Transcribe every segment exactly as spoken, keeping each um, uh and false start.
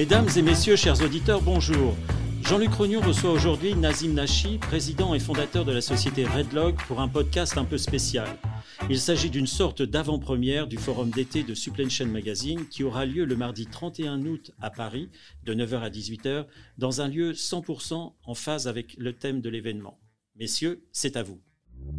Mesdames et messieurs, chers auditeurs, bonjour. Jean-Luc Rognon reçoit aujourd'hui Nazim Nachi, président et fondateur de la société Redlog, pour un podcast un peu spécial. Il s'agit d'une sorte d'avant-première du forum d'été de Supply Chain Magazine qui aura lieu le mardi trente et un août à Paris, de neuf heures à dix-huit heures, dans un lieu cent pour cent en phase avec le thème de l'événement. Messieurs, c'est à vous.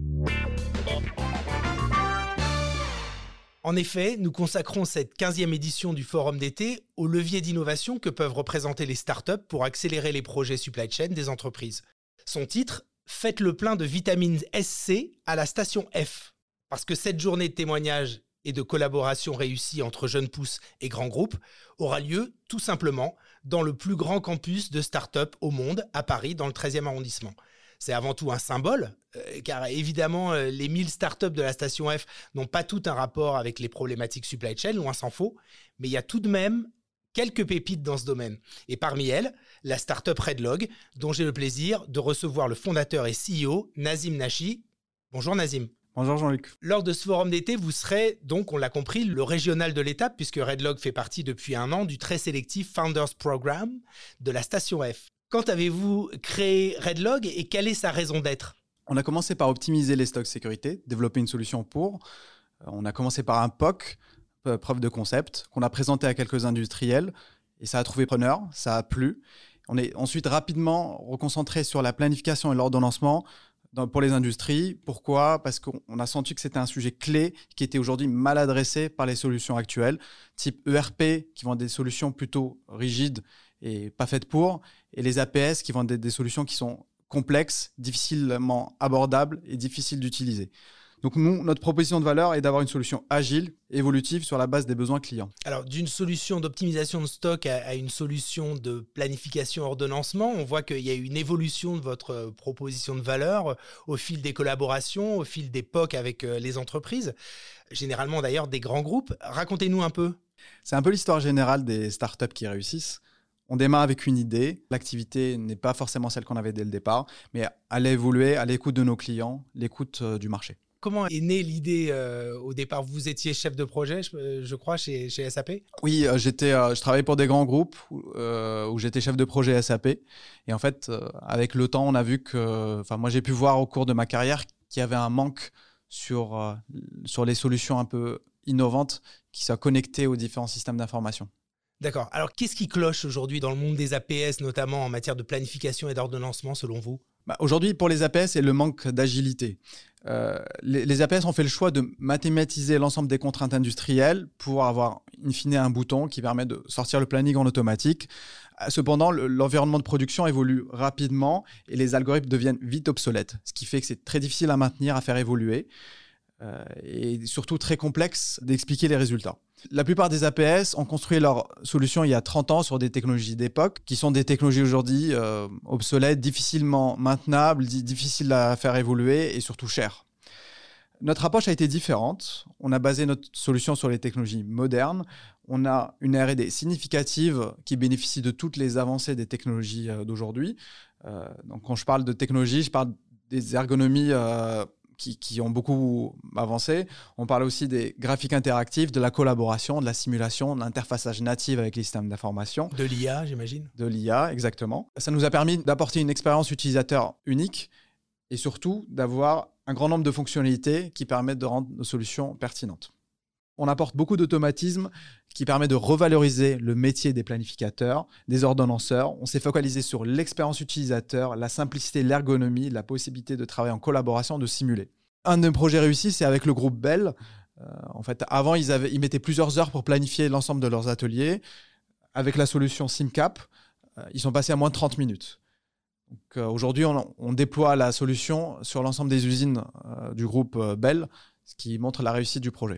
En effet, nous consacrons cette quinzième édition du Forum d'été aux leviers d'innovation que peuvent représenter les startups pour accélérer les projets supply chain des entreprises. Son titre, « Faites le plein de vitamine S C à la station F ». Parce que cette journée de témoignages et de collaboration réussie entre jeunes pousses et grands groupes aura lieu tout simplement dans le plus grand campus de startups au monde, à Paris, dans le treizième arrondissement. C'est avant tout un symbole, euh, car évidemment, euh, les mille startups de la station F n'ont pas tout un rapport avec les problématiques supply chain, loin s'en faut, mais il y a tout de même quelques pépites dans ce domaine. Et parmi elles, la startup Redlog, dont j'ai le plaisir de recevoir le fondateur et C E O, Nazim Nachi. Bonjour Nazim. Bonjour Jean-Luc. Lors de ce forum d'été, vous serez donc, on l'a compris, le régional de l'étape, puisque Redlog fait partie depuis un an du très sélectif Founders Programme de la station F. Quand avez-vous créé Redlog et quelle est sa raison d'être ? On a commencé par optimiser les stocks sécurité, développer une solution pour. On a commencé par un P O C, euh, preuve de concept, qu'on a présenté à quelques industriels et ça a trouvé preneur, ça a plu. On est ensuite rapidement reconcentré sur la planification et l'ordonnancement dans, pour les industries. Pourquoi ? Parce qu'on a senti que c'était un sujet clé qui était aujourd'hui mal adressé par les solutions actuelles, type E R P, qui vendent des solutions plutôt rigides et pas faites pour, et les A P S qui vendent des, des solutions qui sont complexes, difficilement abordables et difficiles d'utiliser. Donc nous, notre proposition de valeur est d'avoir une solution agile, évolutive sur la base des besoins clients. Alors d'une solution d'optimisation de stock à, à une solution de planification ordonnancement, on voit qu'il y a une évolution de votre proposition de valeur au fil des collaborations, au fil des P O C avec les entreprises, généralement d'ailleurs des grands groupes. Racontez-nous un peu. C'est un peu l'histoire générale des startups qui réussissent. On démarre avec une idée, l'activité n'est pas forcément celle qu'on avait dès le départ, mais elle a évolué à l'écoute de nos clients, l'écoute euh, du marché. Comment est née l'idée euh, au départ ? Vous étiez chef de projet, je, je crois, chez, chez S A P ? Oui, euh, j'étais, euh, je travaillais pour des grands groupes euh, où j'étais chef de projet S A P. Et en fait, euh, avec le temps, on a vu que, enfin, moi j'ai pu voir au cours de ma carrière qu'il y avait un manque sur, euh, sur les solutions un peu innovantes qui soient connectées aux différents systèmes d'information. D'accord. Alors, qu'est-ce qui cloche aujourd'hui dans le monde des A P S, notamment en matière de planification et d'ordonnancement, selon vous ? Bah, aujourd'hui, pour les A P S, c'est le manque d'agilité. Euh, les, les A P S ont fait le choix de mathématiser l'ensemble des contraintes industrielles pour avoir, in fine, un bouton qui permet de sortir le planning en automatique. Cependant, le, l'environnement de production évolue rapidement et les algorithmes deviennent vite obsolètes, ce qui fait que c'est très difficile à maintenir, à faire évoluer. Euh, et surtout très complexe d'expliquer les résultats. La plupart des A P S ont construit leurs solutions il y a trente ans sur des technologies d'époque qui sont des technologies aujourd'hui euh, obsolètes, difficilement maintenables, di- difficiles à faire évoluer et surtout chères. Notre approche a été différente. On a basé notre solution sur les technologies modernes. On a une R et D significative qui bénéficie de toutes les avancées des technologies euh, d'aujourd'hui. Euh, donc quand je parle de technologie, je parle des ergonomies euh, Qui, qui ont beaucoup avancé. On parle aussi des graphiques interactifs, de la collaboration, de la simulation, de l'interfaçage native avec les systèmes d'information. De l'I A, j'imagine. De l'I A, exactement. Ça nous a permis d'apporter une expérience utilisateur unique et surtout d'avoir un grand nombre de fonctionnalités qui permettent de rendre nos solutions pertinentes. On apporte beaucoup d'automatisme qui permet de revaloriser le métier des planificateurs, des ordonnanceurs. On s'est focalisé sur l'expérience utilisateur, la simplicité, l'ergonomie, la possibilité de travailler en collaboration, de simuler. Un de nos projets réussis, c'est avec le groupe Bell. Euh, en fait, avant, ils, avaient, ils mettaient plusieurs heures pour planifier l'ensemble de leurs ateliers. Avec la solution SimCap, euh, ils sont passés à moins de trente minutes. Donc, euh, aujourd'hui, on, on déploie la solution sur l'ensemble des usines euh, du groupe euh, Bell, ce qui montre la réussite du projet.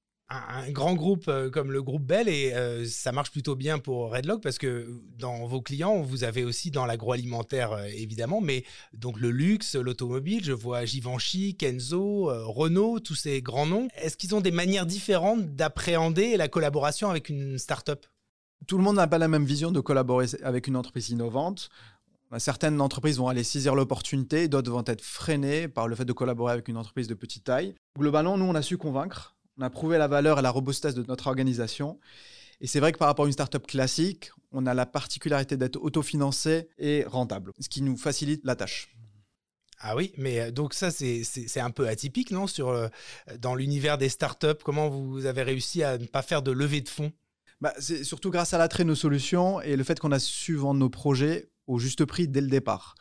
Un grand groupe euh, comme le groupe Bell, et euh, ça marche plutôt bien pour Redlog parce que dans vos clients, vous avez aussi dans l'agroalimentaire euh, évidemment, mais donc le luxe, l'automobile, je vois Givenchy, Kenzo, euh, Renault, tous ces grands noms. Est-ce qu'ils ont des manières différentes d'appréhender la collaboration avec une start-up ? Tout le monde n'a pas la même vision de collaborer avec une entreprise innovante. Certaines entreprises vont aller saisir l'opportunité, d'autres vont être freinées par le fait de collaborer avec une entreprise de petite taille. Globalement, nous, on a su convaincre. On a prouvé la valeur et la robustesse de notre organisation. Et c'est vrai que par rapport à une start-up classique, on a la particularité d'être autofinancé et rentable, ce qui nous facilite la tâche. Ah oui, mais donc ça, c'est, c'est, c'est un peu atypique, non, sur, euh, dans l'univers des startups. Comment vous avez réussi à ne pas faire de levée de fonds ? Bah, c'est surtout grâce à l'attrait de nos solutions et le fait qu'on a su vendre nos projets au juste prix dès le départ.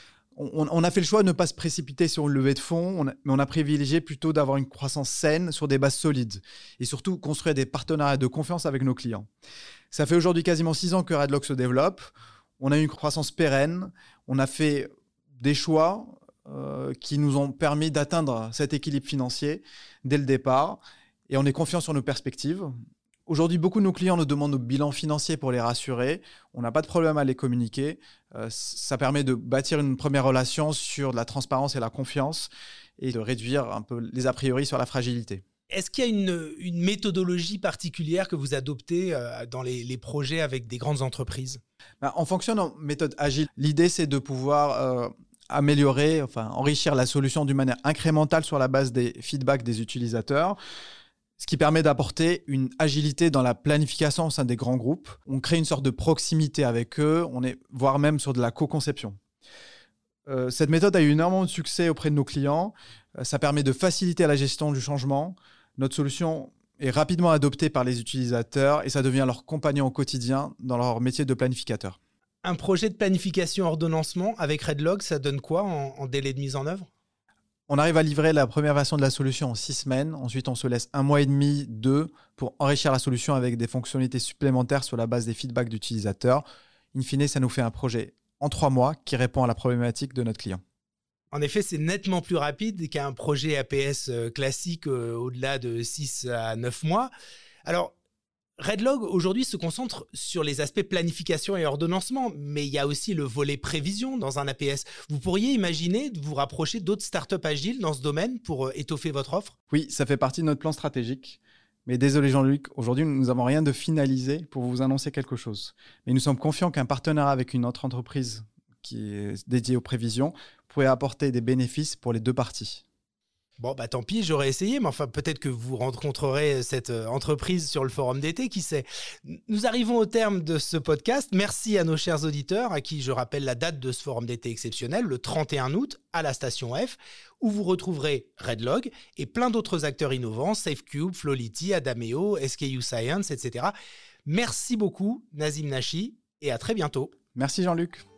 On, on a fait le choix de ne pas se précipiter sur une levée de fonds, on a, mais on a privilégié plutôt d'avoir une croissance saine sur des bases solides et surtout construire des partenariats de confiance avec nos clients. Ça fait aujourd'hui quasiment six ans que Redlock se développe. On a une croissance pérenne, on a fait des choix Euh, qui nous ont permis d'atteindre cet équilibre financier dès le départ et on est confiant sur nos perspectives. Aujourd'hui, beaucoup de nos clients nous demandent nos bilans financiers pour les rassurer. On n'a pas de problème à les communiquer. Euh, ça permet de bâtir une première relation sur de la transparence et la confiance et de réduire un peu les a priori sur la fragilité. Est-ce qu'il y a une, une méthodologie particulière que vous adoptez euh, dans les, les projets avec des grandes entreprises ? Ben, on fonctionne en méthode agile. L'idée, c'est de pouvoir euh, améliorer, enfin enrichir la solution d'une manière incrémentale sur la base des feedbacks des utilisateurs, ce qui permet d'apporter une agilité dans la planification au sein des grands groupes. On crée une sorte de proximité avec eux, on est voire même sur de la co-conception. Euh, cette méthode a eu énormément de succès auprès de nos clients. Euh, ça permet de faciliter la gestion du changement. Notre solution est rapidement adoptée par les utilisateurs et ça devient leur compagnon au quotidien dans leur métier de planificateur. Un projet de planification ordonnancement avec Redlock, ça donne quoi en, en délai de mise en œuvre ? On arrive à livrer la première version de la solution en six semaines. Ensuite, on se laisse un mois et demi, deux, pour enrichir la solution avec des fonctionnalités supplémentaires sur la base des feedbacks d'utilisateurs. In fine, ça nous fait un projet en trois mois qui répond à la problématique de notre client. En effet, c'est nettement plus rapide qu'un projet A P S classique euh, au-delà de six à neuf mois. Alors, Redlock, aujourd'hui, se concentre sur les aspects planification et ordonnancement, mais il y a aussi le volet prévision dans un A P S. Vous pourriez imaginer de vous rapprocher d'autres startups agiles dans ce domaine pour étoffer votre offre ? Oui, ça fait partie de notre plan stratégique. Mais désolé Jean-Luc, aujourd'hui, nous n'avons rien de finalisé pour vous annoncer quelque chose. Mais nous sommes confiants qu'un partenariat avec une autre entreprise qui est dédiée aux prévisions pourrait apporter des bénéfices pour les deux parties. Bon, bah tant pis, j'aurais essayé, mais enfin, peut-être que vous rencontrerez cette entreprise sur le forum d'été, qui sait. Nous arrivons au terme de ce podcast. Merci à nos chers auditeurs, à qui je rappelle la date de ce forum d'été exceptionnel, le trente et un août, à la station F, où vous retrouverez Redlock et plein d'autres acteurs innovants, SafeCube, Flowlity, Adameo, S K U Science, et cetera. Merci beaucoup, Nazim Nachi, et à très bientôt. Merci Jean-Luc.